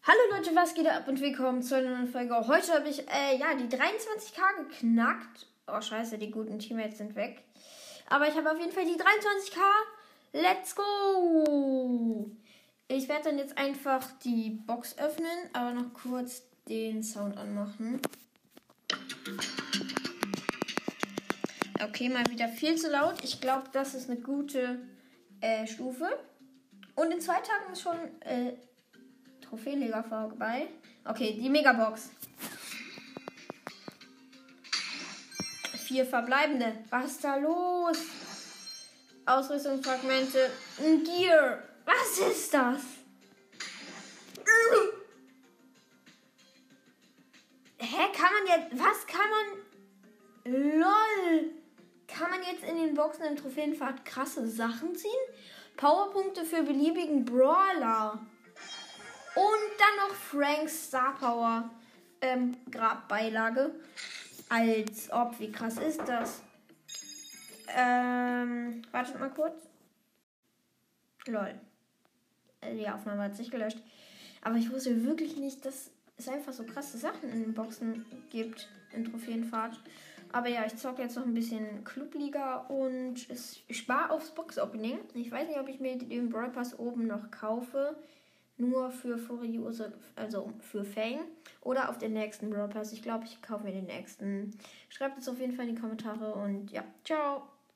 Hallo Leute, was geht ab und willkommen zu einer neuen Folge. Heute habe ich die 23k geknackt. Oh scheiße, die guten Teammates sind weg. Aber ich habe auf jeden Fall die 23k. Let's go! Ich werde dann jetzt einfach die Box öffnen, aber noch kurz den Sound anmachen. Okay, mal wieder viel zu laut. Ich glaube, das ist eine gute Stufe. Und in 2 Tagen ist schon Trophäenleger vorbei. Okay, die Megabox. 4 verbleibende. Was ist da los? Ausrüstungsfragmente. Ein Gear. Was ist das? Kann man jetzt... Was kann man... LOL. Kann man jetzt in den Boxen im Trophäenpfad krasse Sachen ziehen? Powerpunkte für beliebigen Brawler. Und dann noch Franks Star Power Grabbeilage. Als ob, wie krass ist das? Wartet mal kurz. Lol. Die Aufnahme hat sich gelöscht. Aber ich wusste wirklich nicht, dass es einfach so krasse Sachen in den Boxen gibt in Trophäenfahrt. Aber ja, ich zocke jetzt noch ein bisschen Clubliga und ich spare aufs Box-Opening. Ich weiß nicht, ob ich mir den Brawl Pass oben noch kaufe. Nur für Furiose, also für Fang. Oder auf den nächsten Brawl Pass. Ich glaube, ich kaufe mir den nächsten. Schreibt es auf jeden Fall in die Kommentare und ja, ciao.